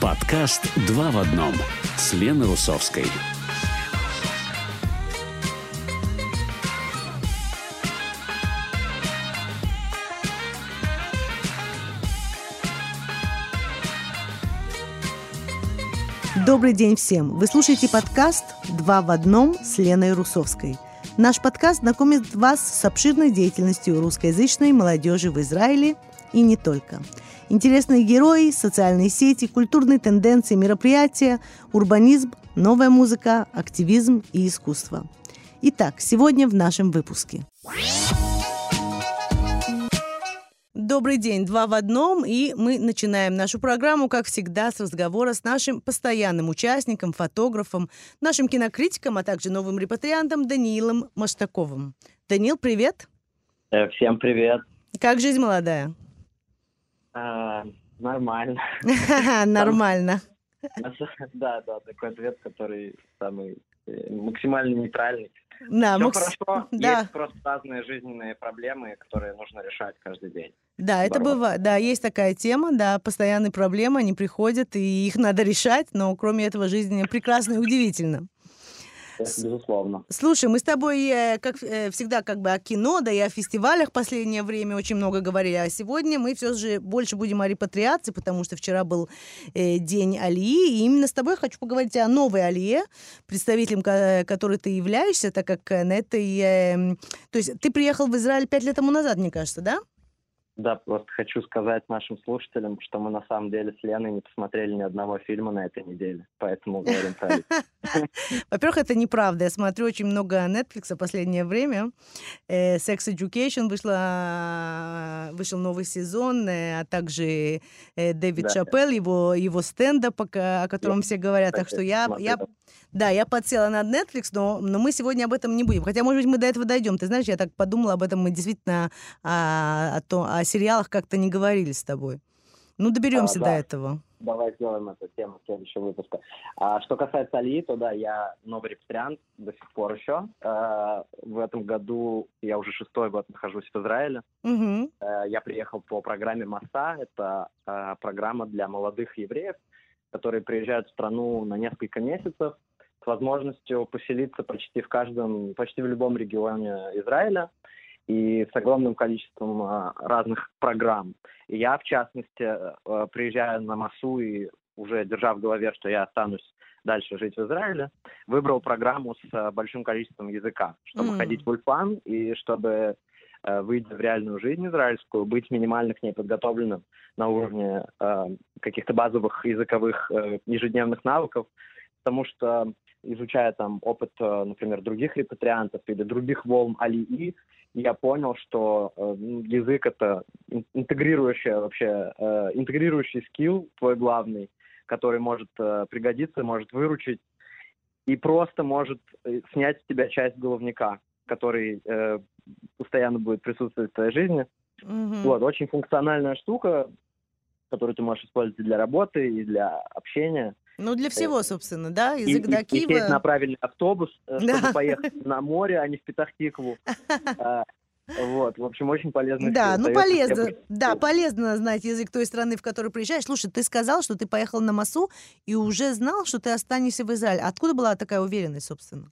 Подкаст «Два в одном» с Леной Русовской. Добрый день всем! Вы слушаете подкаст «Два в одном» с Леной Русовской. Наш подкаст знакомит вас с обширной деятельностью русскоязычной молодежи в Израиле и не только. Интересные герои, социальные сети, культурные тенденции, мероприятия, урбанизм, новая музыка, активизм и искусство. Итак, сегодня в нашем выпуске. Добрый день, два в одном, и мы начинаем нашу программу, как всегда, с разговора с нашим постоянным участником, фотографом, нашим кинокритиком, а также новым репатриантом Даниилом Маштаковым. Даниил, привет! Всем привет! Как жизнь молодая? Нормально. Нормально. Да, такой ответ, который самый максимально нейтральный. Да, все хорошо, да. Есть просто разные жизненные проблемы, которые нужно решать каждый день. Да, это бывает. Да, есть такая тема, да, постоянные проблемы, они приходят, и их надо решать, но кроме этого жизнь прекрасна и удивительна. Безусловно. Слушай, мы с тобой, как всегда, как бы о кино, да и о фестивалях в последнее время очень много говорили, а сегодня мы все же больше будем о репатриации, потому что вчера был день Алии, и именно с тобой хочу поговорить о новой Алие, представителем которой ты являешься, так как на этой... То есть ты приехал в Израиль 5 лет тому назад, мне кажется, да? Да, просто хочу сказать нашим слушателям, что мы на самом деле с Леной не посмотрели ни одного фильма на этой неделе, поэтому говорим про это. Во-первых, это неправда. Я смотрю очень много Netflix в последнее время. Sex Education вышел новый сезон, а также Дэвид Шапелл, его стендап, о котором все говорят. Так что я подсела на Netflix, но мы сегодня об этом не будем. Хотя, может быть, мы до этого дойдем. Ты знаешь, я так подумала об этом, мы действительно о сериалах как-то не говорили с тобой. Ну, доберемся до этого. Давай сделаем эту тему следующего выпуска. Что касается Алии, то да, я новый репатриант до сих пор еще. В этом году я уже 6-й год нахожусь в Израиле. Угу. Я приехал по программе «Моса». Это программа для молодых евреев, которые приезжают в страну на несколько месяцев с возможностью поселиться почти в любом регионе Израиля и с огромным количеством разных программ. И я, в частности, приезжая на Мосу и уже держа в голове, что я останусь дальше жить в Израиле, выбрал программу с большим количеством языка, чтобы ходить в Ульпан и чтобы, выйдя в реальную жизнь израильскую, быть минимально к ней подготовленным на уровне каких-то базовых языковых ежедневных навыков, потому что, изучая там опыт, например, других репатриантов или других волн Алии, я понял, что язык — это интегрирующий скилл твой главный, который может пригодиться, может выручить и просто может снять с тебя часть головника, который постоянно будет присутствовать в твоей жизни. Mm-hmm. Вот, очень функциональная штука, которую ты можешь использовать и для работы, и для общения. Ну, для всего, собственно, да? Язык до Киева. И сесть на правильный автобус, чтобы поехать на море, а не в Петах-Тикву. Вот, в общем, очень полезно. Да, полезно. Да, полезно знать язык той страны, в которую приезжаешь. Слушай, ты сказал, что ты поехал на Мосу и уже знал, что ты останешься в Израиле. Откуда была такая уверенность, собственно?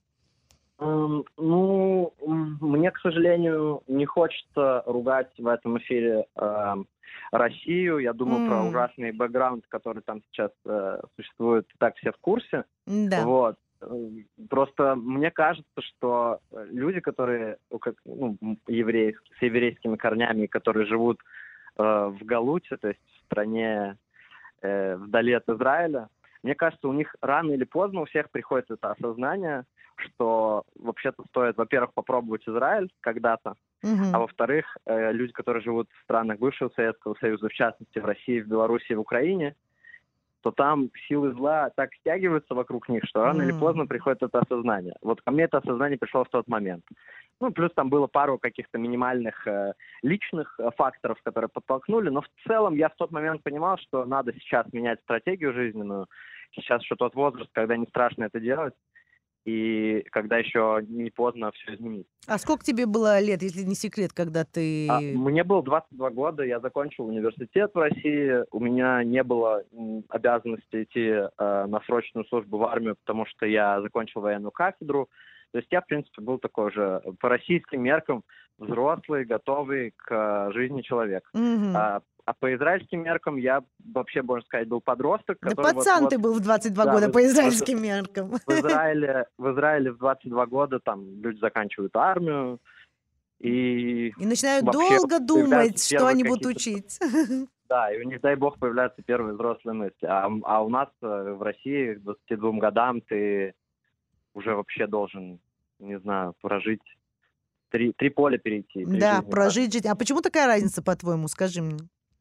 Мне, к сожалению, не хочется ругать в этом эфире Россию. Я думаю про ужасный бэкграунд, который там сейчас существует, так все в курсе. Да. Вот. Просто мне кажется, что люди, которые с еврейскими корнями, которые живут в Галуте, то есть в стране вдали от Израиля, мне кажется, у них рано или поздно у всех приходит это осознание, что вообще-то стоит, во-первых, попробовать Израиль когда-то, а во-вторых, люди, которые живут в странах бывшего Советского Союза, в частности в России, в Беларуси и в Украине, то там силы зла так стягиваются вокруг них, что рано или поздно приходит это осознание. Вот ко мне это осознание пришло в тот момент. Плюс там было пару каких-то минимальных личных факторов, которые подтолкнули, но в целом я в тот момент понимал, что надо сейчас менять стратегию жизненную. Сейчас что тот возраст, когда не страшно это делать. и когда еще не поздно все изменить. А сколько тебе было лет, если не секрет, когда ты... Мне было 22 года, я закончил университет в России, у меня не было обязанности идти на срочную службу в армию, потому что я закончил военную кафедру. То есть я, в принципе, был такой же по российским меркам взрослый, готовый к жизни человек. А по израильским меркам я вообще, можно сказать, был подросток. Да который пацан ты был в 22 года по израильским меркам. В Израиле в 22 года там люди заканчивают армию. И начинают долго думать, что они будут учить. Да, и у них, дай бог, появляются первые взрослые мысли. А у нас в России к 22 годам ты уже вообще должен, не знаю, прожить три поля перейти. Да, прожить жизнь. А почему такая разница, по-твоему? Скажи мне.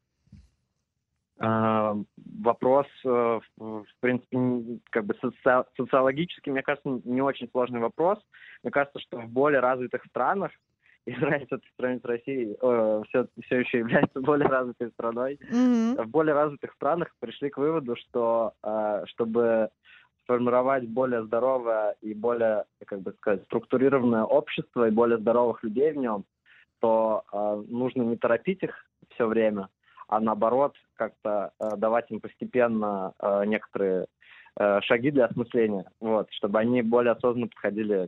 Вопрос, в принципе, как бы социологически, мне кажется, не очень сложный вопрос. Мне кажется, что в более развитых странах, Израиль все-таки в сравнении с Россией все еще является более развитой страной, в более развитых странах пришли к выводу, что чтобы сформировать более здоровое и более, как бы сказать, структурированное общество и более здоровых людей в нем, то нужно не торопить их все время, а наоборот как-то давать им постепенно некоторые шаги для осмысления, вот, чтобы они более осознанно подходили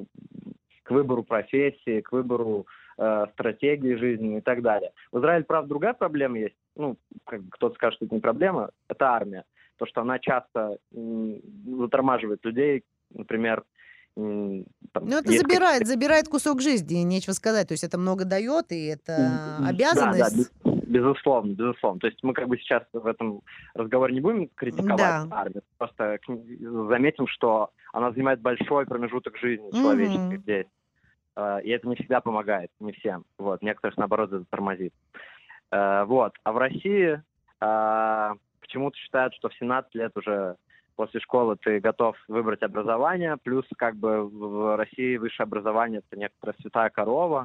к выбору профессии, к выбору стратегии жизни и так далее. В Израиле, правда, другая проблема есть. Ну, как бы кто-то скажет, что это не проблема, это армия. То, что она часто затормаживает людей, например, ну, это забирает кусок жизни, нечего сказать. То есть это много дает, и это обязанность. Да, безусловно. То есть мы как бы сейчас в этом разговоре не будем критиковать армию, просто заметим, что она занимает большой промежуток жизни человеческой здесь. И это не всегда помогает, не всем. Вот, некоторых, наоборот, это тормозит. Вот. А в России почему-то считают, что в 17 лет уже после школы ты готов выбрать образование, плюс как бы в России высшее образование – это некоторая святая корова.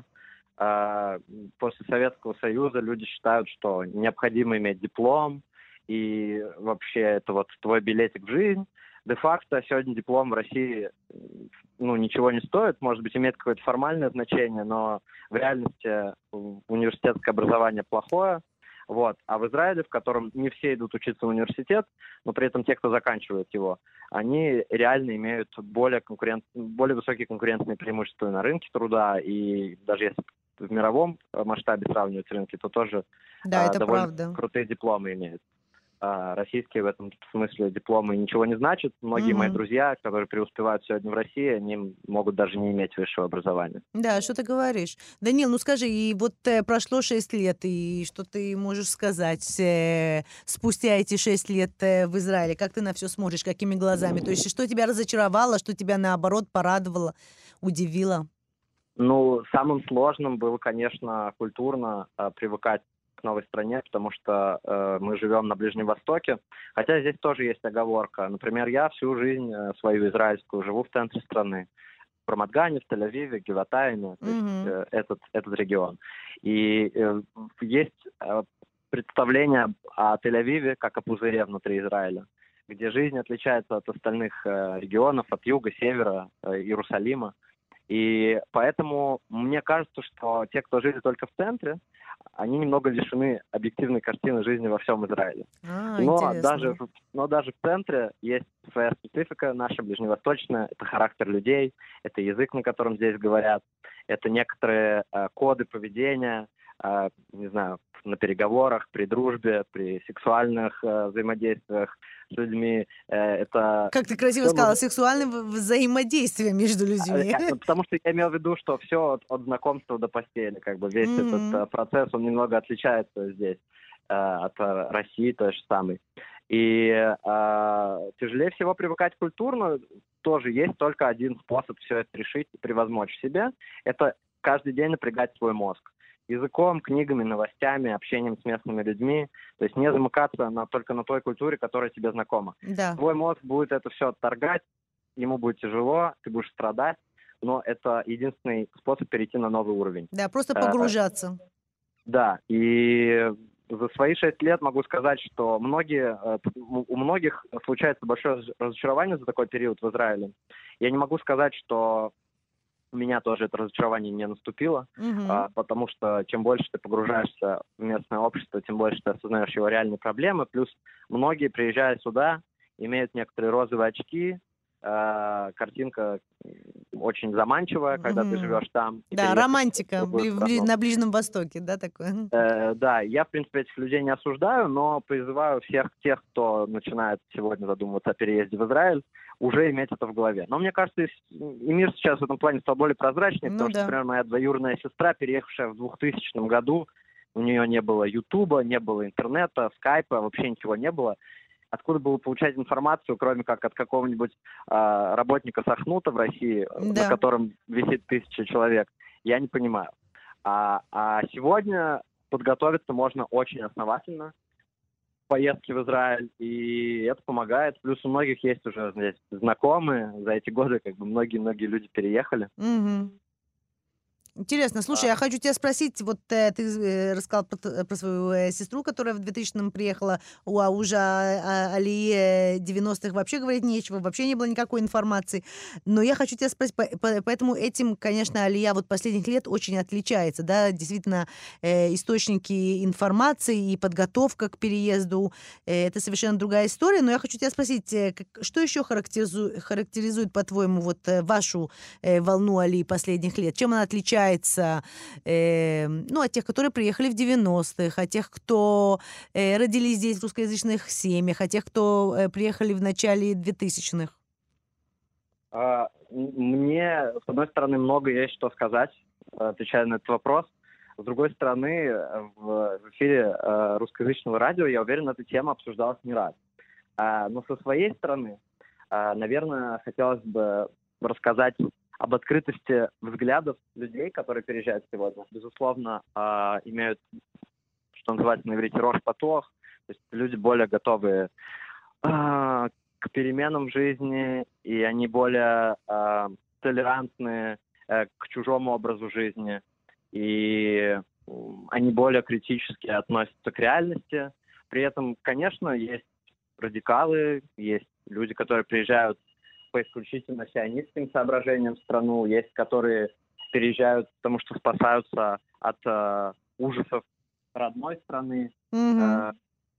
После Советского Союза люди считают, что необходимо иметь диплом, и вообще это вот твой билетик в жизнь. Де-факто сегодня диплом в России ничего не стоит, может быть, имеет какое-то формальное значение, но в реальности университетское образование плохое. Вот. А в Израиле, в котором не все идут учиться в университет, но при этом те, кто заканчивает его, они реально имеют более высокие конкурентные преимущества на рынке труда, и даже если в мировом масштабе сравнивать рынки, то тоже довольно крутые дипломы имеют. Российские в этом смысле дипломы ничего не значат. Многие мои друзья, которые преуспевают сегодня в России, они могут даже не иметь высшего образования. Да, что ты говоришь? Данил, ну скажи, и вот прошло 6 лет, и что ты можешь сказать спустя эти 6 лет в Израиле? Как ты на все смотришь, какими глазами? То есть что тебя разочаровало, что тебя, наоборот, порадовало, удивило? Ну, самым сложным было, конечно, культурно привыкать к новой стране, потому что мы живем на Ближнем Востоке. Хотя здесь тоже есть оговорка. Например, я всю жизнь свою израильскую живу в центре страны. В Рамат-Гане, в Тель-Авиве, Гиватайне, этот регион. И есть представление о Тель-Авиве как о пузыре внутри Израиля, где жизнь отличается от остальных регионов, от юга, севера, Иерусалима. И поэтому мне кажется, что те, кто жили только в центре, они немного лишены объективной картины жизни во всем Израиле. Но даже в центре есть своя специфика наша, ближневосточная. Это характер людей, это язык, на котором здесь говорят, это некоторые коды поведения, не знаю, на переговорах, при дружбе, при сексуальных взаимодействиях с людьми. Это... Как ты красиво сказала, сексуальное взаимодействие между людьми. Потому что я имел в виду, что все от знакомства до постели, как бы весь этот процесс, он немного отличается здесь от России той же самой. И тяжелее всего привыкать культурно. Тоже есть только один способ все это решить и превозмочь себе. Это каждый день напрягать свой мозг. Языком, книгами, новостями, общением с местными людьми. То есть не замыкаться только на той культуре, которая тебе знакома. Да. Твой мозг будет это все отторгать, ему будет тяжело, ты будешь страдать, но это единственный способ перейти на новый уровень. Да, просто погружаться. Да, и за свои 6 лет могу сказать, что у многих случается большое разочарование за такой период в Израиле. Я не могу сказать, что у меня тоже это разочарование не наступило, потому что чем больше ты погружаешься в местное общество, тем больше ты осознаешь его реальные проблемы. Плюс многие, приезжая сюда, имеют некоторые розовые очки. Картинка очень заманчивая, когда ты живешь там. Да, романтика страну. на Ближнем Востоке, да, такое? Да, я, в принципе, этих людей не осуждаю, но призываю всех тех, кто начинает сегодня задумываться о переезде в Израиль, уже иметь это в голове. Но мне кажется, и мир сейчас в этом плане стал более прозрачнее, потому что, например, моя двоюродная сестра, переехавшая в 2000 году, у нее не было Ютуба, не было интернета, скайпа, вообще ничего не было. Откуда было получать информацию, кроме как от какого-нибудь работника Сахнута в России, на котором висит 1000 человек, я не понимаю. А сегодня подготовиться можно очень основательно к поездке в Израиль, и это помогает. Плюс у многих есть уже здесь знакомые, за эти годы как бы многие-многие люди переехали. Интересно. Слушай, я хочу тебя спросить, вот ты рассказал про свою сестру, которая в 2000-м приехала, а уже о Алие 90-х вообще говорить нечего, вообще не было никакой информации. Но я хочу тебя спросить, поэтому этим, конечно, Алия вот последних лет очень отличается, да, действительно, источники информации и подготовка к переезду, это совершенно другая история, но я хочу тебя спросить, что еще характеризует, по-твоему, вот вашу волну Алии последних лет? Чем она отличается от тех, которые приехали в 90-х, от тех, кто родились здесь в русскоязычных семьях, от тех, кто приехали в начале 2000-х? Мне, с одной стороны, много есть что сказать, отвечая на этот вопрос. С другой стороны, в эфире русскоязычного радио, я уверен, эта тема обсуждалась не раз. Но со своей стороны, наверное, хотелось бы рассказать об открытости взглядов людей, которые переезжают сегодня. Безусловно, имеют, что называется на иврите, рош патуах, то есть люди более готовы к переменам в жизни, и они более толерантны к чужому образу жизни, и они более критически относятся к реальности. При этом, конечно, есть радикалы, есть люди, которые приезжают по исключительно сионистским соображениям в страну, есть, которые переезжают, потому что спасаются от ужасов родной страны. В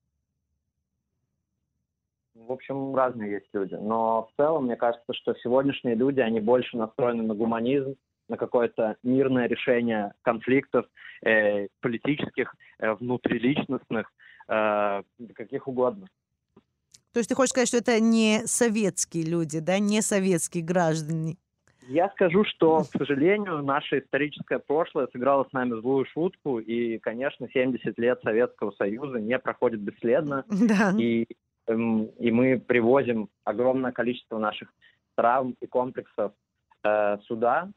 общем, разные есть люди. Но в целом, мне кажется, что сегодняшние люди, они больше настроены на гуманизм, на какое-то мирное решение конфликтов политических, внутриличностных, каких угодно. То есть ты хочешь сказать, что это не советские люди, да, не советские граждане? Я скажу, что, к сожалению, наше историческое прошлое сыграло с нами злую шутку, и, конечно, 70 лет Советского Союза не проходит бесследно, и мы привозим огромное количество наших травм и комплексов сюда.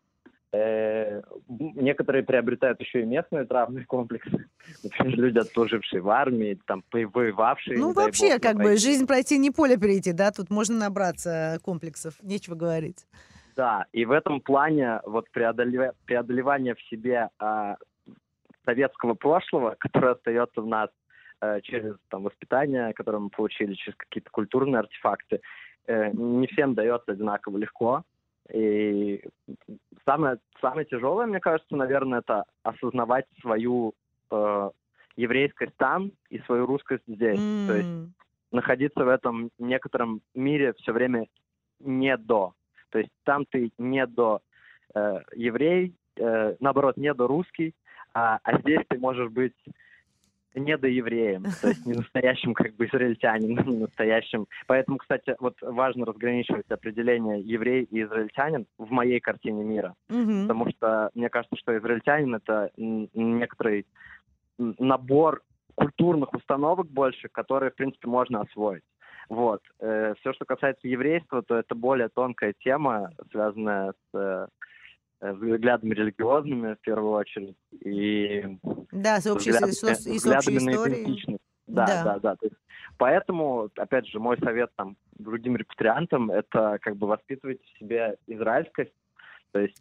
Некоторые приобретают еще и местные травмные комплексы. Например, люди, отслужившие в армии, там, воевавшие. Ну, вообще, как бы, жизнь пройти, не поле перейти, да? Тут можно набраться комплексов, нечего говорить. Да, и в этом плане вот преодолевание в себе советского прошлого, которое остается в нас через там, воспитание, которое мы получили, через какие-то культурные артефакты, не всем дается одинаково легко. И самое тяжелое, мне кажется, наверное, это осознавать свою еврейскость там и свою русскость здесь. То есть находиться в этом некотором мире все время не до. То есть там ты не до еврей, наоборот, не до русский, а здесь ты можешь быть недоевреем, то есть не настоящим как бы израильтянином, не настоящим. Поэтому, кстати, вот важно разграничивать определение еврей и израильтянин в моей картине мира. Потому что мне кажется, что израильтянин — это некоторый набор культурных установок больше, которые, в принципе, можно освоить. Вот. Все, что касается еврейства, то это более тонкая тема, связанная с взглядами религиозными, в первую очередь, и да, с общей историей. Да. То есть, поэтому, опять же, мой совет там другим репатриантам — это как бы воспитывайте в себе израильскость, то есть,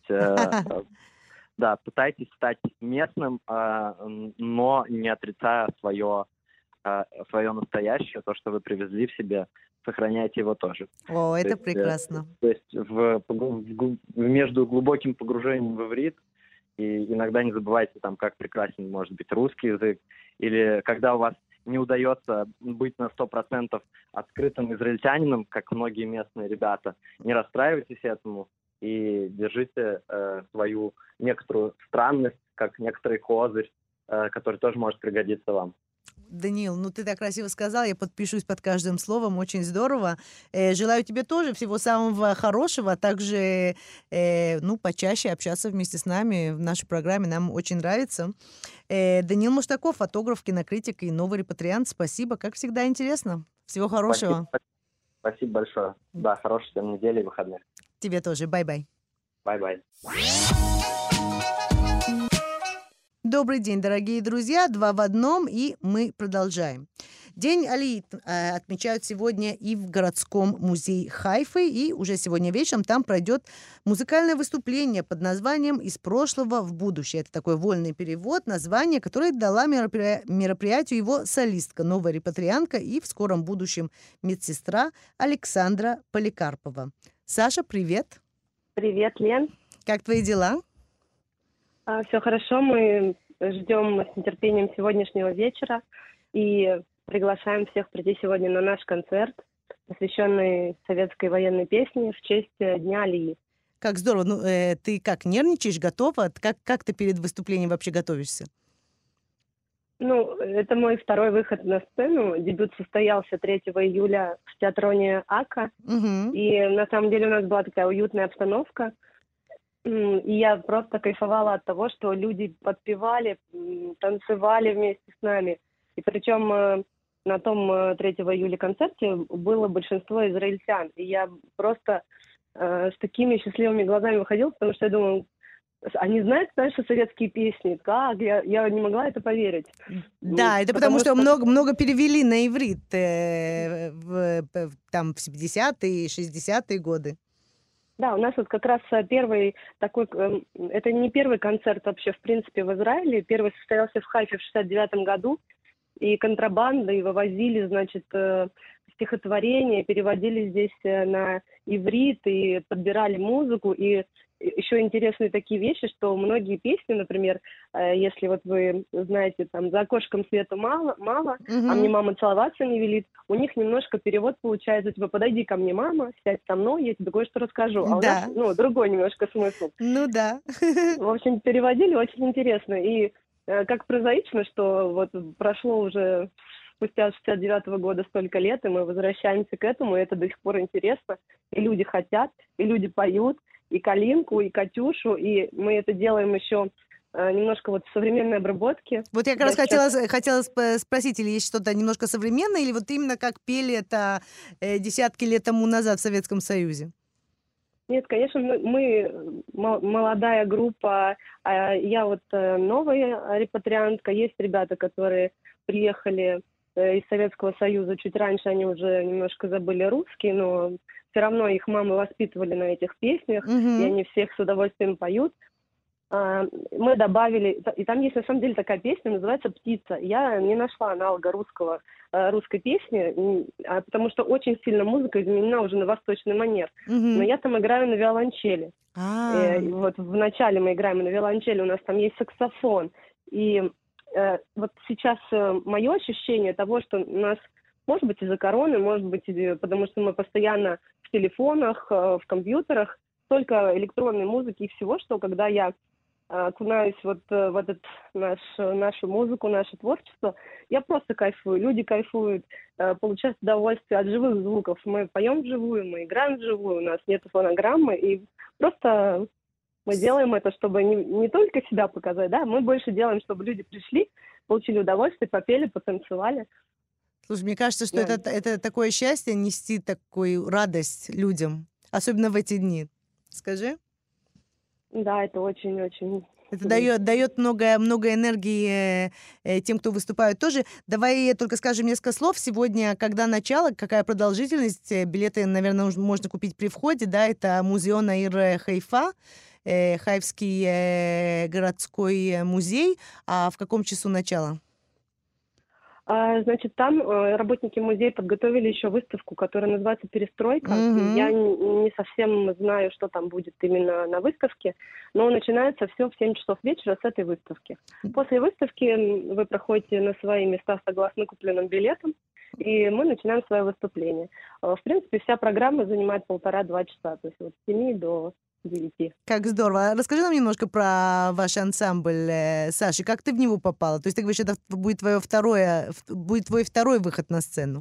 да, пытайтесь стать местным, но не отрицая свое свое настоящее, то, что вы привезли в себе, сохраняйте его тоже. О, То это есть, прекрасно. То есть между глубоким погружением в иврит и иногда не забывайте, там, как прекрасен может быть русский язык, или когда у вас не удается быть на 100% открытым израильтянином, как многие местные ребята, не расстраивайтесь этому и держите свою некоторую странность, как некоторый козырь, который тоже может пригодиться вам. Даниил, ну ты так красиво сказал, я подпишусь под каждым словом, очень здорово. Желаю тебе тоже всего самого хорошего, а также, почаще общаться вместе с нами в нашей программе, нам очень нравится. Даниил Муштаков, фотограф, кинокритик и новый репатриант, спасибо, как всегда интересно. Всего хорошего. Спасибо большое. Да, хорошей всем недели и выходных. Тебе тоже, бай-бай. Бай-бай. Добрый день, дорогие друзья. 2 в 1, и мы продолжаем. День Алиит отмечают сегодня и в городском музее Хайфы, и уже сегодня вечером там пройдет музыкальное выступление под названием «Из прошлого в будущее». Это такой вольный перевод, название, которое дала мероприятию его солистка, новая репатрианка и в скором будущем медсестра Александра Поликарпова. Саша, привет. Привет, Лен. Как твои дела? Все хорошо, мы ждем с нетерпением сегодняшнего вечера и приглашаем всех прийти сегодня на наш концерт, посвященный советской военной песне в честь Дня Алии. Как здорово. Ну, ты как, нервничаешь, готова? Как ты перед выступлением вообще готовишься? Ну, это мой второй выход на сцену. Дебют состоялся 3 июля в театроне АКА. Угу. И на самом деле у нас была такая уютная обстановка. И я просто кайфовала от того, что люди подпевали, танцевали вместе с нами. И причем на том 3 июля концерте было большинство израильтян. И я просто с такими счастливыми глазами выходила, потому что я думала, они знают наши советские песни? Как? Я не могла это поверить. Да, это потому что много перевели на иврит там в 70-е и 60-е годы. Да, у нас вот как раз первый такой, это не первый концерт вообще, в принципе, в Израиле. Первый состоялся в Хайфе в 69 году, и контрабандой вывозили, значит, стихотворения, переводили здесь на иврит и подбирали музыку. И еще интересные такие вещи, что многие песни, например, если вот вы знаете, там, «За окошком света мало, а мне мама целоваться не велит», у них немножко перевод получается, типа, «Подойди ко мне, мама, сядь со мной, я тебе кое-что расскажу». А у нас, другой немножко смысл. Ну да. В общем, переводили очень интересно. И как прозаично, что вот прошло уже спустя 69-го года столько лет, и мы возвращаемся к этому, и это до сих пор интересно. И люди хотят, и люди поют, и Калинку, и Катюшу, и мы это делаем еще немножко вот в современной обработке. Вот я как раз хотела спросить, или есть что-то немножко современное, или вот именно как пели это десятки лет тому назад в Советском Союзе? Нет, конечно, мы молодая группа, я вот новая репатриантка, есть ребята, которые приехали из Советского Союза чуть раньше, они уже немножко забыли русский, но все равно их мамы воспитывали на этих песнях, и они всех с удовольствием поют. Мы добавили, и там есть на самом деле такая песня, называется «Птица». Я не нашла аналога русской песни, потому что очень сильно музыка изменена уже на восточный манер. Но я там играю на виолончели. Вот в начале мы играем на виолончели, у нас там есть саксофон. И вот сейчас мое ощущение того, что у нас, может быть, из-за короны, может быть, потому что мы постоянно в телефонах, в компьютерах, столько электронной музыки и всего, что когда я окунаюсь вот в этот нашу музыку, наше творчество, я просто кайфую. Люди кайфуют, получают удовольствие от живых звуков. Мы поем вживую, мы играем вживую, у нас нет фонограммы, и просто мы делаем это, чтобы не только себя показать, да, мы больше делаем, чтобы люди пришли, получили удовольствие, попели, потанцевали. Слушай, мне кажется, что это такое счастье нести такую радость людям, особенно в эти дни. Скажи. Да, это очень-очень... Это дает много энергии тем, кто выступает тоже. Давай только скажем несколько слов. Сегодня, когда начало, какая продолжительность? Билеты, наверное, можно купить при входе, да? Это музеон Аир Хайфа, Хайфский городской музей. А в каком часу начало? Значит, там работники музея подготовили еще выставку, которая называется «Перестройка». Я не совсем знаю, что там будет именно на выставке, но начинается все в 7 часов вечера с этой выставки. После выставки вы проходите на свои места согласно купленным билетам, и мы начинаем свое выступление. В принципе, вся программа занимает 1,5-2 часа, то есть вот с 7 до 9. Как здорово. Расскажи нам немножко про ваш ансамбль, Саши. Как ты в него попала? То есть ты говоришь, это будет твой второй выход на сцену.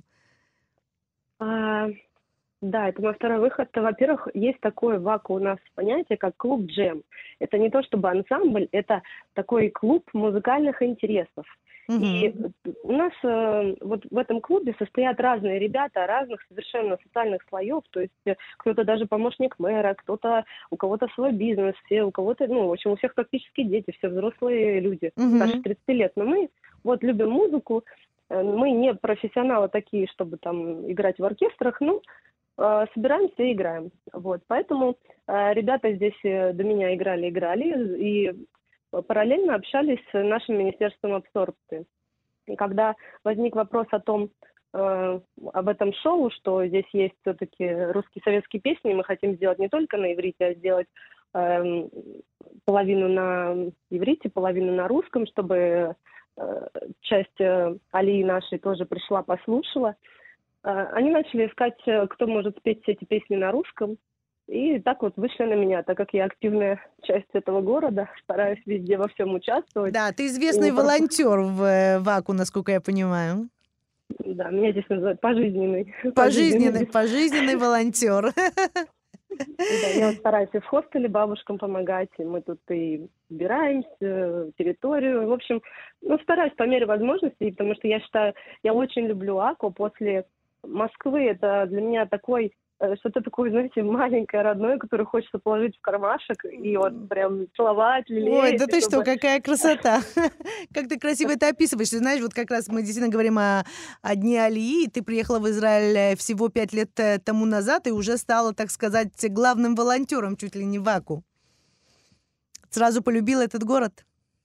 Да, это мой второй выход. Во-первых, есть такое у нас понятие, как клуб джем. Это не то чтобы ансамбль, это такой клуб музыкальных интересов. И у нас вот в этом клубе состоят разные ребята разных совершенно социальных слоев, то есть кто-то даже помощник мэра, у кого-то свой бизнес, у кого-то, в общем, у всех практически дети, все взрослые люди, старше 30 лет. Но мы вот любим музыку, мы не профессионалы такие, чтобы там играть в оркестрах, но собираемся и играем. Вот, поэтому ребята здесь до меня играли, и параллельно общались с нашим министерством абсорбции. И когда возник вопрос об этом шоу, что здесь есть все-таки русские советские песни, мы хотим сделать не только на иврите, а сделать половину на иврите, половину на русском, чтобы часть алии нашей тоже пришла, послушала. Они начали искать, кто может спеть все эти песни на русском. И так вот вышли на меня, так как я активная часть этого города, стараюсь везде во всем участвовать. Да, ты известный волонтер в ВАКу, насколько я понимаю. Да, меня здесь называют пожизненный. Пожизненный волонтер. Да, я вот стараюсь и в хостеле бабушкам помогать, и мы тут и убираемся, территорию. В общем, стараюсь по мере возможностей, потому что я считаю, я очень люблю АКО. После Москвы это для меня что-то такое, знаете, маленькое, родное, которое хочется положить в кармашек и вот прям целовать, лелеять. Ой, да ты что, какая красота! Как ты красиво это описываешь. Ты знаешь, вот как раз мы действительно говорим о Дне Алии. Ты приехала в Израиль всего 5 лет тому назад и уже стала, так сказать, главным волонтером чуть ли не в АКу. Сразу полюбила этот город?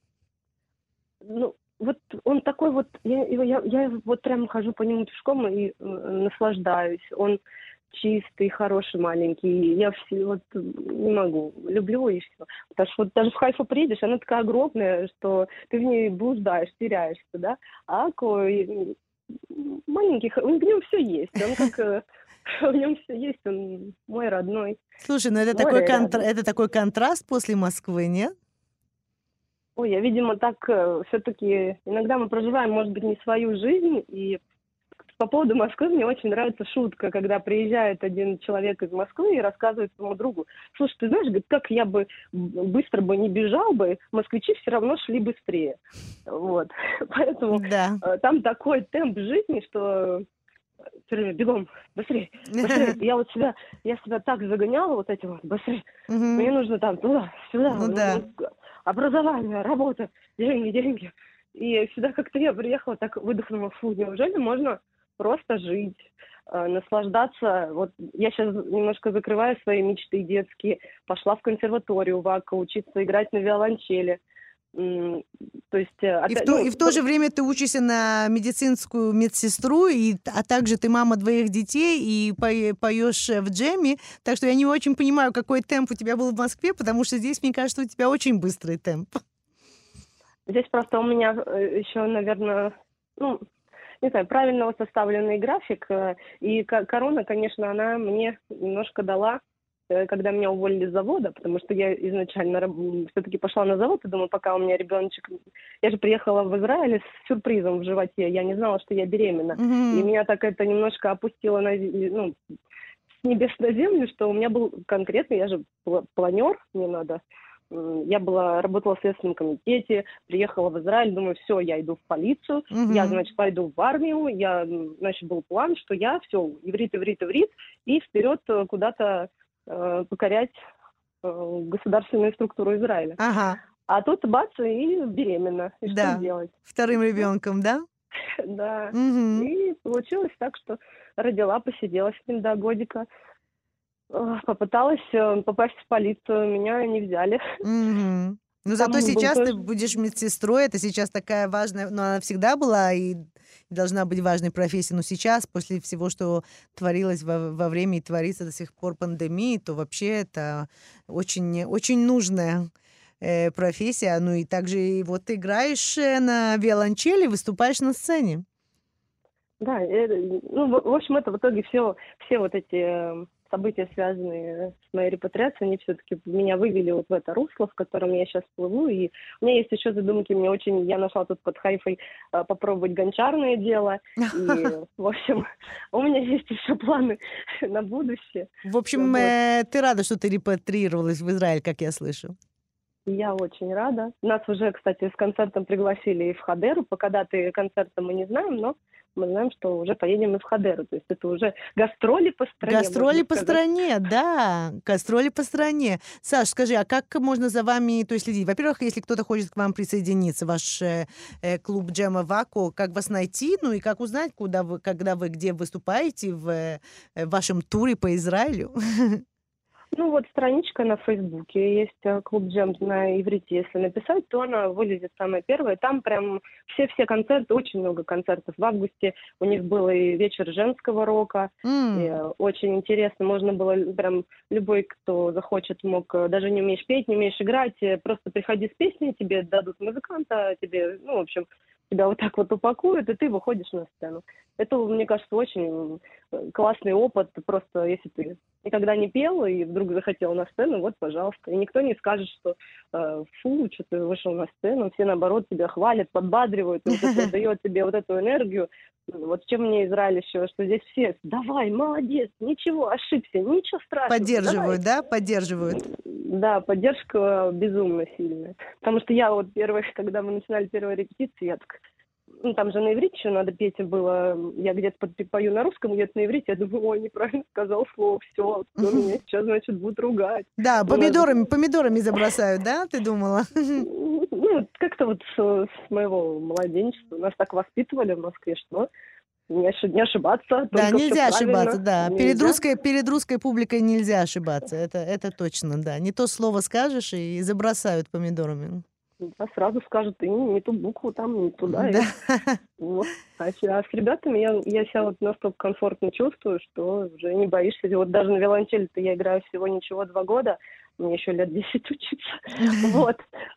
Вот он такой вот, я вот прям хожу по нему пешком и наслаждаюсь. Он чистый, хороший, маленький. Я не могу. Люблю и все. Потому что вот даже в Хайфу приедешь, она такая огромная, что ты в ней блуждаешь, теряешься, да? А Ако маленький, в нем все есть. Он как... В нем все есть, он мой родной. Слушай, это такой контраст после Москвы, нет? Ой, я, видимо, так все-таки... Иногда мы проживаем, может быть, не свою жизнь, и по поводу Москвы мне очень нравится шутка, когда приезжает один человек из Москвы и рассказывает своему другу: слушай, ты знаешь, говорит, как я бы быстро бы не бежал бы, москвичи все равно шли быстрее. Вот. Поэтому там такой темп жизни, что все время бегом, быстрее. Я себя так загоняла вот этим вот, быстрее. Мне нужно там туда, сюда. Образование, работа, деньги. И сюда как-то я приехала, так выдохнула: фу, неужели можно просто жить, наслаждаться? Вот я сейчас немножко закрываю свои мечты детские, пошла в консерваторию в АКО учиться играть на виолончели. То есть, и в то же время ты учишься на медицинскую медсестру, а также ты мама 2 детей и поешь в джеме. Так что я не очень понимаю, какой темп у тебя был в Москве, потому что здесь, мне кажется, у тебя очень быстрый темп. Здесь просто у меня еще, наверное, не знаю, правильно составленный график. И корона, конечно, она мне немножко дала, когда меня уволили с завода, потому что я изначально все-таки пошла на завод и думаю, пока у меня ребеночек... Я же приехала в Израиль с сюрпризом в животе, я не знала, что я беременна. И меня так это немножко опустило с небес на землю, что у меня был конкретный, я же планер, мне надо... Я работала в Следственном комитете, приехала в Израиль, думаю, все, я иду в полицию, я, значит, пойду в армию, был план, что я все, иврит, и вперед куда-то покорять государственную структуру Израиля. Ага. А тут бац, и беременна. И что делать? Вторым ребенком, да? Да. И получилось так, что родила, посидела с ним до годика. Попыталась попасть в полицию, меня не взяли. Зато сейчас ты будешь медсестрой, это сейчас такая важная, но она всегда была, и должна быть важной профессией. Но сейчас, после всего, что творилось во время и творится до сих пор пандемии, то вообще это очень, очень нужная профессия. Ну и также вот ты играешь на виолончели, выступаешь на сцене. Да, ну, в общем, это в итоге все вот эти события, связанные с моей репатриацией, они все-таки меня вывели вот в это русло, в котором я сейчас плыву. И у меня есть еще задумки, я нашла тут под Хайфой попробовать гончарное дело. И, в общем, у меня есть еще планы на будущее. В общем, ты рада, что ты репатриировалась в Израиль, как я слышу? Я очень рада. Нас уже, кстати, с концертом пригласили и в Хадеру. Пока даты концерта мы не знаем, но мы знаем, что уже поедем и в Хадеру. То есть это уже гастроли по стране. Гастроли по стране, да. Гастроли по стране. Саш, скажи, а как можно за вами следить? Во-первых, если кто-то хочет к вам присоединиться, ваш клуб Джема Вако, как вас найти? Ну и как узнать, где выступаете в вашем туре по Израилю? Ну вот страничка на Фейсбуке, есть клуб Джем на иврите, если написать, то она вылезет самая первая. Там прям все концерты, очень много концертов. В августе у них был и вечер женского рока, и очень интересно, можно было прям любой, кто захочет, мог, даже не умеешь петь, не умеешь играть, просто приходи с песней, тебе дадут музыканта, тебе, ну, в общем, тебя вот так вот упакуют, и ты выходишь на сцену. Это, мне кажется, очень классный опыт. Просто если ты никогда не пел и вдруг захотел на сцену, вот, пожалуйста. И никто не скажет, что фу, что ты вышел на сцену. Все, наоборот, тебя хвалят, подбадривают, и вот это дает тебе вот эту энергию. Вот чем мне Израиль еще, что здесь все, давай, молодец, ничего, ошибся, ничего страшного. Поддерживают, давай. Да? Поддерживают. Да, поддержка безумно сильная. Потому что я вот когда мы начинали первые репетиции, я так, ну там же на иврите еще надо петь было, я где-то пою на русском, где-то на иврите, я думаю, ой, неправильно сказал слово, все, кто меня сейчас, значит, будут ругать. Да, помидорами забросают, да, ты думала? Ну, как-то вот с моего младенчества нас так воспитывали в Москве, что не ошибаться. Да, нельзя ошибаться, да. Перед русской публикой нельзя ошибаться, это точно, да. Не то слово скажешь и забросают помидорами. Да, сразу скажут, ты не ту букву там, не туда. Да. Вот. А с ребятами я себя вот настолько комфортно чувствую, что уже не боишься. Вот даже на виолончели-то я играю всего ничего 2 года, мне еще лет 10 учиться. Вот.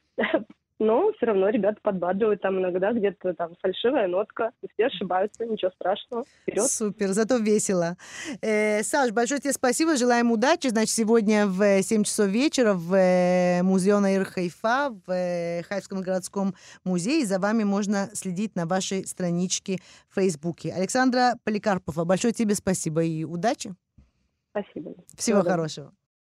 Но все равно ребята подбадривают, там иногда где-то там фальшивая нотка, все ошибаются, ничего страшного, вперед. Супер, зато весело. Саш, большое тебе спасибо, желаем удачи. Значит, сегодня в 7 часов вечера в музее Наир Хайфа, в Хайфском городском музее. За вами можно следить на вашей страничке в Фейсбуке. Александра Поликарпова, большое тебе спасибо и удачи. Спасибо. Всего хорошего.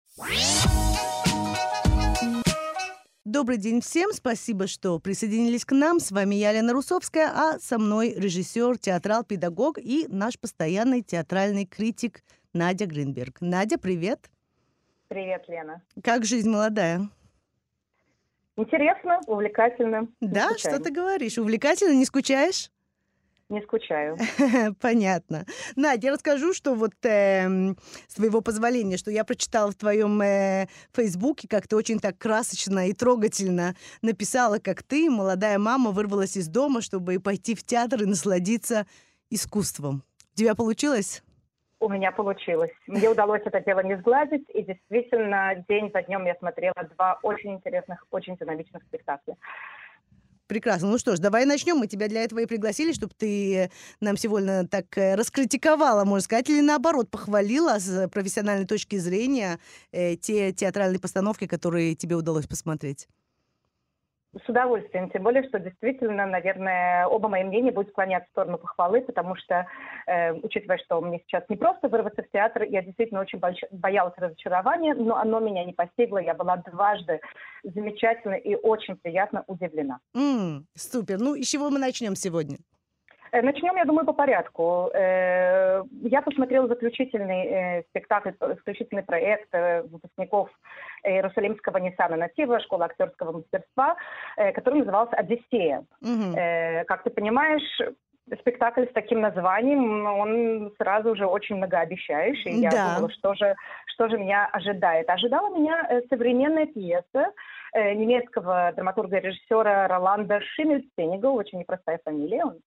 Добрый день всем, спасибо, что присоединились к нам. С вами я, Лена Русовская, а со мной режиссер, театрал, педагог и наш постоянный театральный критик Надя Гринберг. Надя, привет. Привет, Лена. Как жизнь молодая? Интересно, увлекательно. Да, что ты говоришь? Увлекательно, не скучаешь? Не скучаю. Понятно. Надя, я расскажу, что вот с твоего позволения, что я прочитала в твоем Фейсбуке, как ты очень так красочно и трогательно написала, как ты, молодая мама, вырвалась из дома, чтобы пойти в театр и насладиться искусством. У тебя получилось? У меня получилось. Мне удалось это дело не сгладить, и действительно день за днем я смотрела 2 очень интересных, очень динамичных спектакля. Прекрасно. Ну что ж, давай начнем. Мы тебя для этого и пригласили, чтобы ты нам сегодня так раскритиковала, можно сказать, или наоборот, похвалила с профессиональной точки зрения те театральные постановки, которые тебе удалось посмотреть. С удовольствием, тем более, что действительно, наверное, оба мои мнения будут склоняться в сторону похвалы, потому что, учитывая, что мне сейчас не просто вырваться в театр, я действительно очень боялась разочарования, но оно меня не постигло, я была 2 замечательно и очень приятно удивлена. Супер. Ну, и с чего мы начнем сегодня? Начнем, я думаю, по порядку. Я посмотрела заключительный спектакль, заключительный проект выпускников Иерусалимского Ниссана Натива, школы актерского мастерства, который назывался «Одиссея». Как ты понимаешь, спектакль с таким названием, он сразу же очень многообещающий. Я думала, что же меня ожидает. Ожидала меня современная пьеса немецкого драматурга и режиссера Роланда Шиммельценига, очень непростая фамилия, он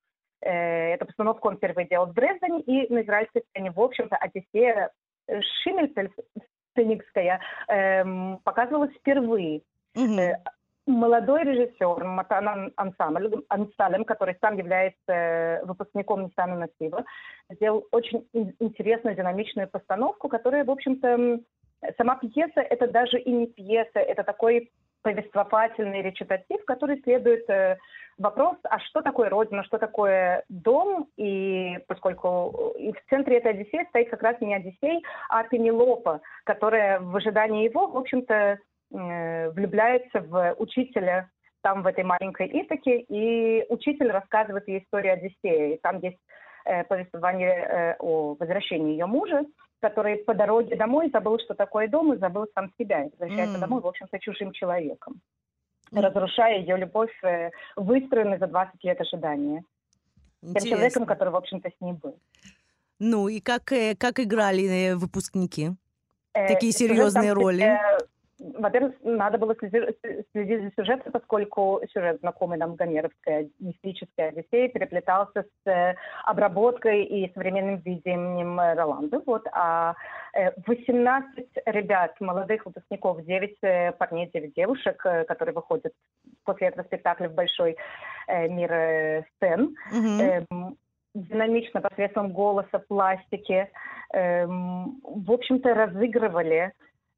Эту постановку он впервые делал в Дрездене, и на израильской сцене, в общем-то, «Одиссея» Шиммельфельдская показывалась впервые. Молодой режиссер Матан Ансалем, который сам является выпускником Ниссана Натива, сделал очень интересную, динамичную постановку, которая, в общем-то, сама пьеса, это даже и не пьеса, это такой повествовательный речитатив, который следует вопрос, а что такое Родина, что такое дом, и поскольку и в центре этой Одиссеи стоит как раз не Одиссей, а Пенелопа, которая в ожидании его, в общем-то, влюбляется в учителя там, в этой маленькой Итаке, и учитель рассказывает ей историю Одиссея. И там есть повествование о возвращении ее мужа, который по дороге домой забыл, что такое дом, и забыл сам себя. И возвращается домой, в общем-то, чужим человеком, разрушая ее любовь, выстроенную за 20 лет ожидания. Тем человеком, который, в общем-то, с ней был. Ну, и как играли выпускники? Такие серьезные роли? Во-первых, надо было следить за сюжетом, поскольку сюжет, знакомый нам гомеровская мистическая Одиссея, переплетался с обработкой и современным видением Роланда. Вот. А 18 ребят, молодых выпускников, 9 парней, 9 девушек, которые выходят после этого спектакля в большой мир сцен, динамично, посредством голоса, пластики, в общем-то, разыгрывали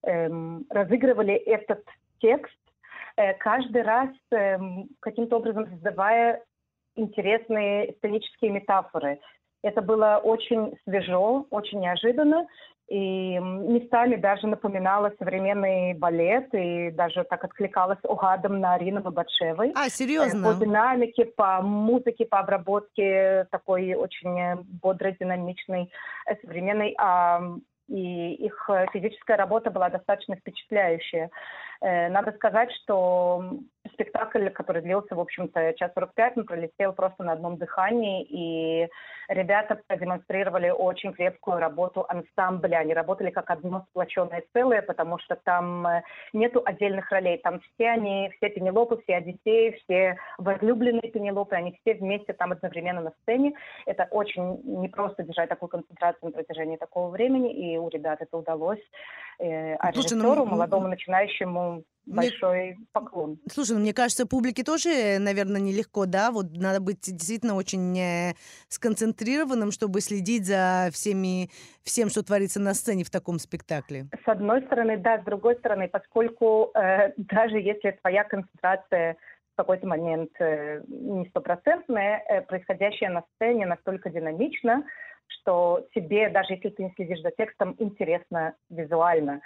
этот текст, каждый раз каким-то образом создавая интересные сценические метафоры. Это было очень свежо, очень неожиданно, и местами даже напоминало современный балет, и даже так откликалось Огадом на Арину Батшевой. Серьезно? По динамике, по музыке, по обработке такой очень бодрой, динамичной, современной. И их физическая работа была достаточно впечатляющая. Надо сказать, что спектакль, который длился, в общем-то, 1:45, он пролетел просто на одном дыхании, и ребята продемонстрировали очень крепкую работу ансамбля. Они работали как одно сплоченное целое, потому что там нету отдельных ролей. Там все Пенелопы, все Одиссеи, все возлюбленные Пенелопы, они все вместе там одновременно на сцене. Это очень непросто держать такую концентрацию на протяжении такого времени, и у ребят это удалось. А режиссеру, молодому начинающему, большой поклон. Слушай, мне кажется, публике тоже, наверное, нелегко, да? Вот надо быть действительно очень сконцентрированным, чтобы следить за всем, что творится на сцене в таком спектакле. С одной стороны, да, с другой стороны, поскольку даже если твоя концентрация в какой-то момент не стопроцентная, происходящее на сцене настолько динамично, что тебе, даже если ты не следишь за текстом, интересно визуально.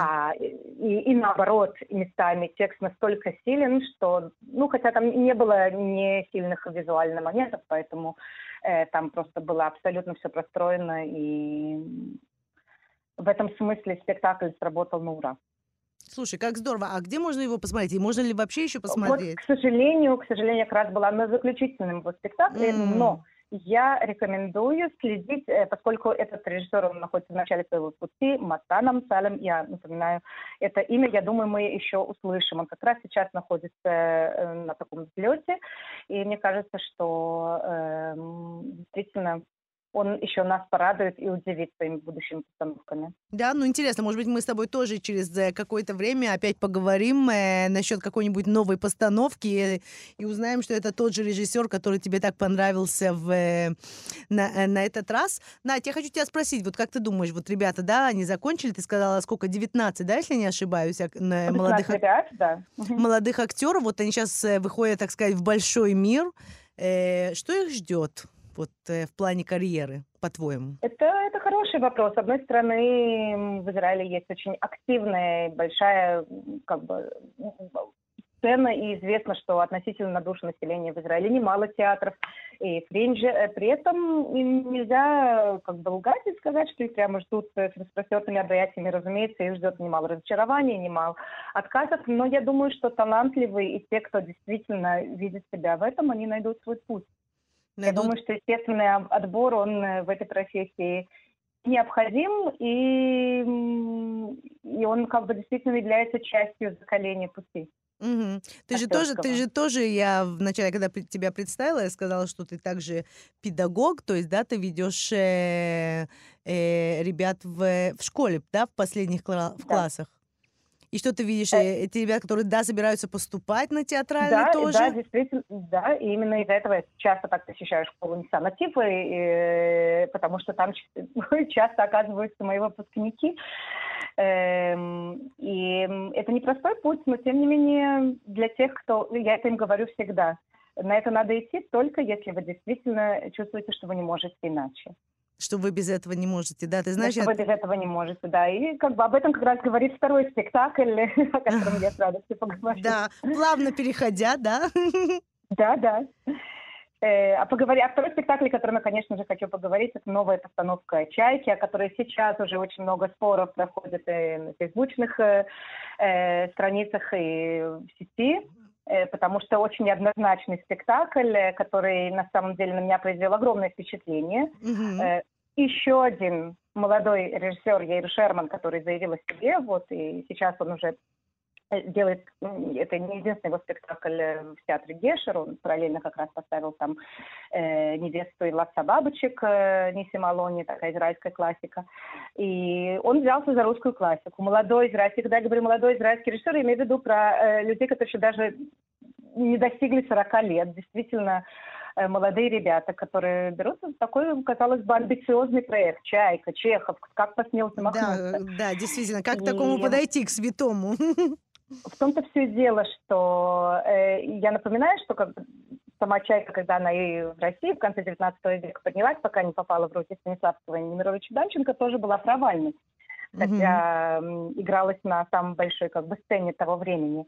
И наоборот, местами текст настолько силен, что, хотя там не было не сильных визуальных моментов, поэтому там просто было абсолютно все простроено, и в этом смысле спектакль сработал на ура. Слушай, как здорово. А где можно его посмотреть? И можно ли вообще еще посмотреть? Вот, к сожалению, я как раз была на заключительном его спектакле, но я рекомендую следить, поскольку этот режиссер, он находится в начале своего пути, Матан Ансалем, я напоминаю, это имя, я думаю, мы еще услышим. Он как раз сейчас находится на таком взлете, и мне кажется, что действительно он еще нас порадует и удивит своими будущими постановками. Да, интересно, может быть, мы с тобой тоже через какое-то время опять поговорим насчет какой-нибудь новой постановки и узнаем, что это тот же режиссер, который тебе так понравился на этот раз. Надь, я хочу тебя спросить, вот как ты думаешь, вот ребята, да, они закончили, ты сказала, сколько, 19, да, если не ошибаюсь, молодых актеров, вот они сейчас выходят, так сказать, в большой мир. Что их ждет? Вот в плане карьеры, по-твоему? Это хороший вопрос. С одной стороны, в Израиле есть очень активная, большая сцена, и известно, что относительно на душу населения в Израиле немало театров и фринджа. При этом им нельзя лгать и сказать, что их прямо ждут с распростертыми объятиями. Разумеется, их ждет немало разочарований, немало отказов. Но я думаю, что талантливые и те, кто действительно видит себя в этом, они найдут свой путь. Я думаю, что естественный отбор, он в этой профессии необходим, и он действительно является частью закаления пути. Мгм. Ты актерского. же тоже, я вначале, когда тебя представила, я сказала, что ты также педагог, то есть, да, ты ведешь ребят в школе, да, в последних в Да. классах. И что ты видишь, Э, эти ребята, которые, да, собираются поступать на театральный Да, да, тоже? действительно, да, и именно из-за этого я часто так посещаю школу Nissan Типа, потому что там часто оказываются мои выпускники. И это непростой путь, но тем не менее для тех, кто, я это им говорю всегда, на это надо идти только если вы действительно чувствуете, что вы не можете иначе. Что вы без этого не можете, да? Ты знаешь, Что вы без этого не можете, да. И как бы об этом как раз говорит второй спектакль, о котором я с радостью поговорю. да, плавно переходя, да? Да, да. А второй спектакль, о котором я, конечно же, хочу поговорить, это новая постановка «Чайки», о которой сейчас уже очень много споров проходит и на фейсбучных страницах, и в сети, потому что очень неоднозначный спектакль, который на самом деле на меня произвел огромное впечатление. Мгм. Еще один молодой режиссер Яир Шерман, который заявил о себе, вот, и сейчас он уже делает, это не единственный его спектакль в театре Гешер, он параллельно как раз поставил там «Невесту и ловца бабочек» Ниси Малони, такая израильская классика. И он взялся за русскую классику. Молодой израильский, когда я говорю молодой израильский режиссер, я имею в виду про людей, которые еще даже не достигли 40 лет. Действительно, молодые ребята, которые берутся в такой, казалось бы, амбициозный проект. «Чайка», Чехов, как посмел замахнуться. Да, действительно, как к такому И подойти, к святому? в том-то все и дело, что я напоминаю, что как бы сама «Чайка», когда она и в России в конце XIX века поднялась, пока не попала в руки Станиславского и Немировича Данченко, тоже была провальной, хотя игралась на самой большой как бы сцене того времени.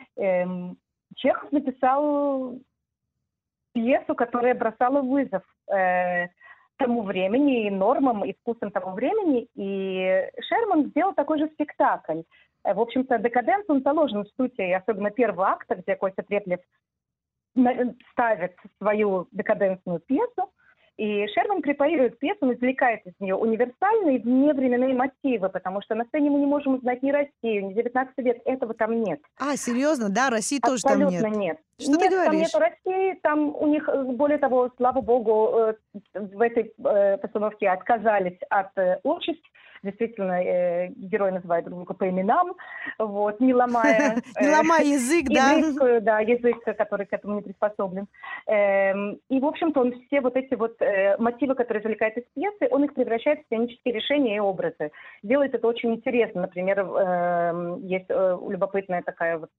Чехов написал пьесу, которая бросала вызов тому времени и нормам, и вкусам того времени, и Шерман сделал такой же спектакль. В общем-то, «Декаденс», он заложен в сути, особенно первого акта, где Костя Треплев ставит свою декадентную пьесу, и Шерман препарирует пьесу, он извлекает из нее универсальные вневременные мотивы, потому что на сцене мы не можем узнать ни Россию, ни 19 век, этого там нет. А, серьезно, да, России тоже там Абсолютно нет. нет. Что ты Нет, там говоришь? нет России, там у них, более того, слава богу, в этой постановке отказались от отчеств. Действительно, герои называют друг друга по именам, вот, не ломая... Не ломай язык, да? Еврейскую, да, язык, который к этому не приспособлен. И, в общем-то, он все вот эти вот мотивы, которые извлекает из пьесы, он их превращает в сценические решения и образы. Делает это очень интересно. Например, есть любопытная такая вот...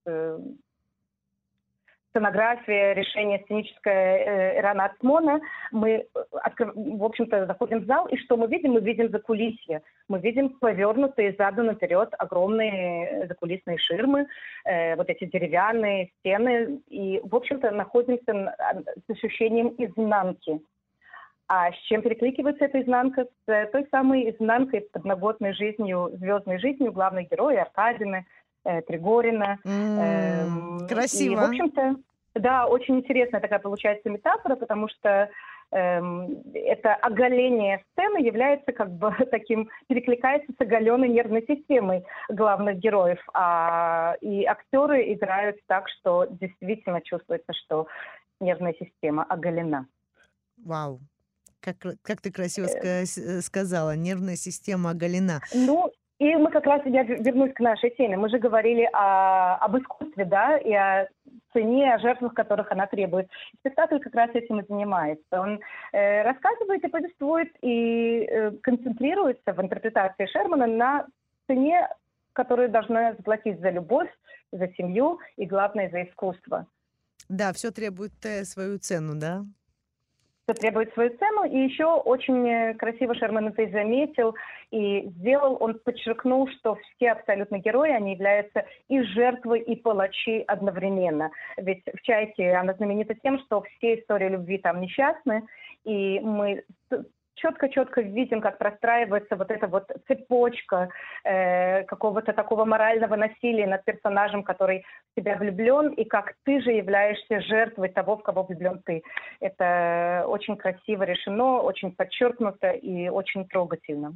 сценография, решение сценическое Эрана Ацмона, мы, в общем-то, заходим в зал, и что мы видим? Мы видим закулисье. Мы видим повернутые задом наперед огромные закулисные ширмы, вот эти деревянные стены, и, в общем-то, находимся с ощущением изнанки. А с чем перекликивается эта изнанка? С той самой изнанкой подноготной жизнью, звездной жизнью главных героев Аркадины, Тригорина. Красиво. И, в общем-то, да, очень интересная такая получается метафора, потому что это оголение сцены является как бы таким, перекликается с оголенной нервной системой главных героев. И актеры играют так, что действительно чувствуется, что нервная система оголена. Вау. Как ты красиво сказала, нервная система оголена. Ну, и мы как раз, я вернусь к нашей теме, мы же говорили об искусстве, да, и о цене, о жертвах, которых она требует. Спектакль как раз этим и занимается. Он рассказывает и повествует, и концентрируется в интерпретации Шермана на цене, которую должна заплатить за любовь, за семью и, главное, за искусство. Да, все требует свою цену, да? Все требует свою цену, и еще очень красиво Шерман это и заметил, и сделал, он подчеркнул, что все абсолютно герои, они являются и жертвой, и палачи одновременно. Ведь в «Чайке» она знаменита тем, что все истории любви там несчастны, и мы четко видим, как простраивается вот эта вот цепочка какого-то такого морального насилия над персонажем, который в тебя влюблен, и как ты же являешься жертвой того, в кого влюблен ты. Это очень красиво решено, очень подчеркнуто и очень трогательно.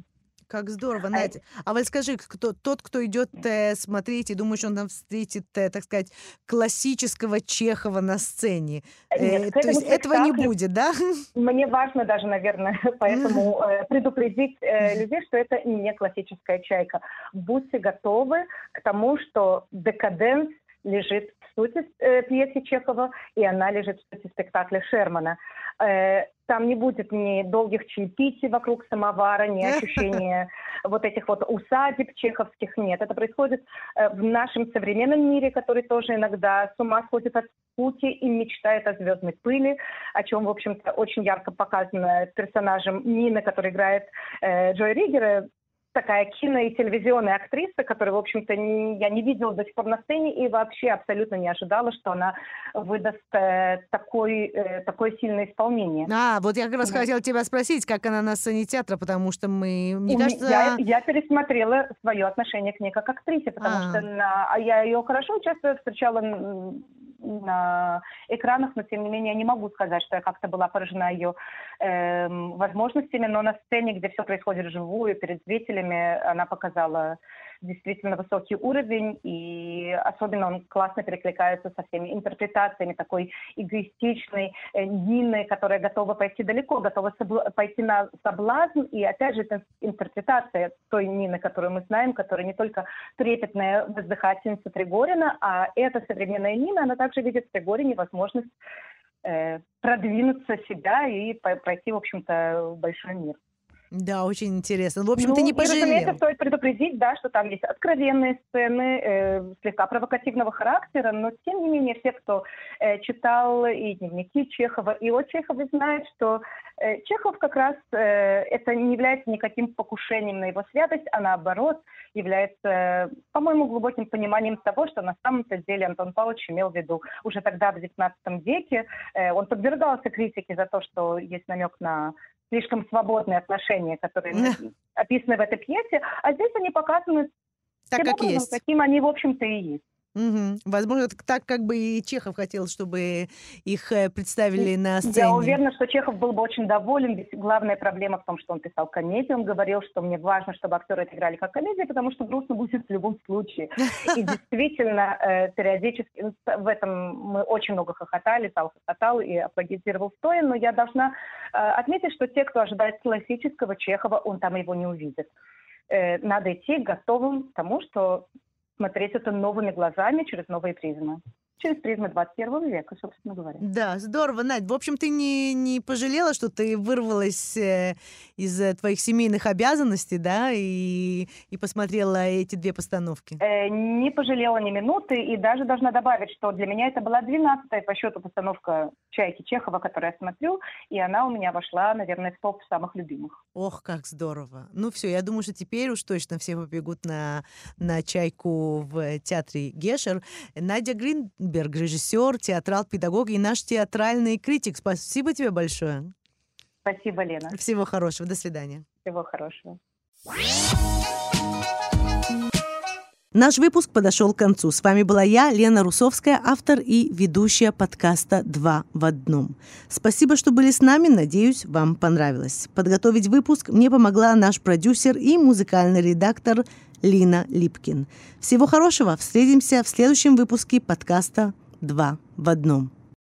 Как здорово, Надя. А вот скажи, тот, кто идет смотреть и думаешь, он там встретит, так сказать, классического Чехова на сцене. Нет, То есть этого не будет, да? Мне важно даже, наверное, поэтому предупредить людей, что это не классическая «Чайка». Будьте готовы к тому, что декаденс лежит в сути пьесы Чехова, и она лежит в сути спектакля Шермана. Там не будет ни долгих чаепитий вокруг самовара, ни ощущения вот этих вот усадеб чеховских. Нет, это происходит в нашем современном мире, который тоже иногда с ума сходит от скуки и мечтает о звездной пыли, о чем, в общем-то, очень ярко показано персонажем Нины, который играет Джой Риггера. Такая кино- и телевизионная актриса, которую, в общем-то, я не видела до сих пор на сцене и вообще абсолютно не ожидала, что она выдаст такое сильное исполнение. Вот я как раз хотела тебя спросить, как она на сцене театра, потому что мне кажется... Я пересмотрела свое отношение к ней как актрисе, потому что я ее хорошо часто встречала на экранах, но тем не менее я не могу сказать, что я как-то была поражена ее возможностями, но на сцене, где все происходит вживую, перед зрителями, она показала действительно высокий уровень, и особенно он классно перекликается со всеми интерпретациями такой эгоистичной Нины, которая готова пойти далеко, готова пойти на соблазн, и опять же это интерпретация той Нины, которую мы знаем, которая не только трепетная воздыхательница Тригорина, а эта современная Нина, она также видит в Тригорине возможность продвинуться себя и пройти, в общем-то, в большой мир. Да, очень интересно. В общем, ты не пожалел. Разумеется, стоит предупредить, да, что там есть откровенные сцены слегка провокативного характера, но тем не менее все, кто читал и дневники Чехова, и о Чехове, знают, что Чехов как раз это не является никаким покушением на его святость, а наоборот является, по-моему, глубоким пониманием того, что на самом-то деле Антон Павлович имел в виду. Уже тогда, в XIX веке, он подвергался критике за то, что есть намек на слишком свободные отношения, которые описаны в этой пьесе, а здесь они показаны так, тем образом, каким они, в общем-то, и есть. Угу. Возможно, так как бы и Чехов хотел, чтобы их представили на сцене. Я уверена, что Чехов был бы очень доволен, ведь главная проблема в том, что он писал комедию, он говорил, что мне важно, чтобы актеры играли как комедию, потому что грустно будет в любом случае. И действительно, периодически в этом мы очень много хохотали, Зал хохотал и аплодировал стоя, но я должна отметить, что те, кто ожидает классического Чехова, он там его не увидит. Надо идти готовым к тому, что смотреть это новыми глазами, через новые призмы. Через призмы 21 века, собственно говоря. Да, здорово, Надь. В общем, ты не пожалела, что ты вырвалась из твоих семейных обязанностей, да, и посмотрела эти две постановки? Не пожалела ни минуты, и даже должна добавить, что для меня это была 12-я по счету постановка «Чайки» Чехова, которую я смотрю, и она у меня вошла, наверное, в топ самых любимых. Ох, как здорово. Ну все, я думаю, что теперь уж точно все побегут на «Чайку» в театре Гешер. Надя Гринберг, режиссер, театрал-педагог и наш театральный критик. Спасибо тебе большое. Спасибо, Лена. Всего хорошего. До свидания. Всего хорошего. Наш выпуск подошел к концу. С вами была я, Лена Русовская, автор и ведущая подкаста «Два в одном». Спасибо, что были с нами. Надеюсь, вам понравилось. Подготовить выпуск мне помогла наш продюсер и музыкальный редактор Лина Липкин. Всего хорошего. Встретимся в следующем выпуске подкаста «Два в одном».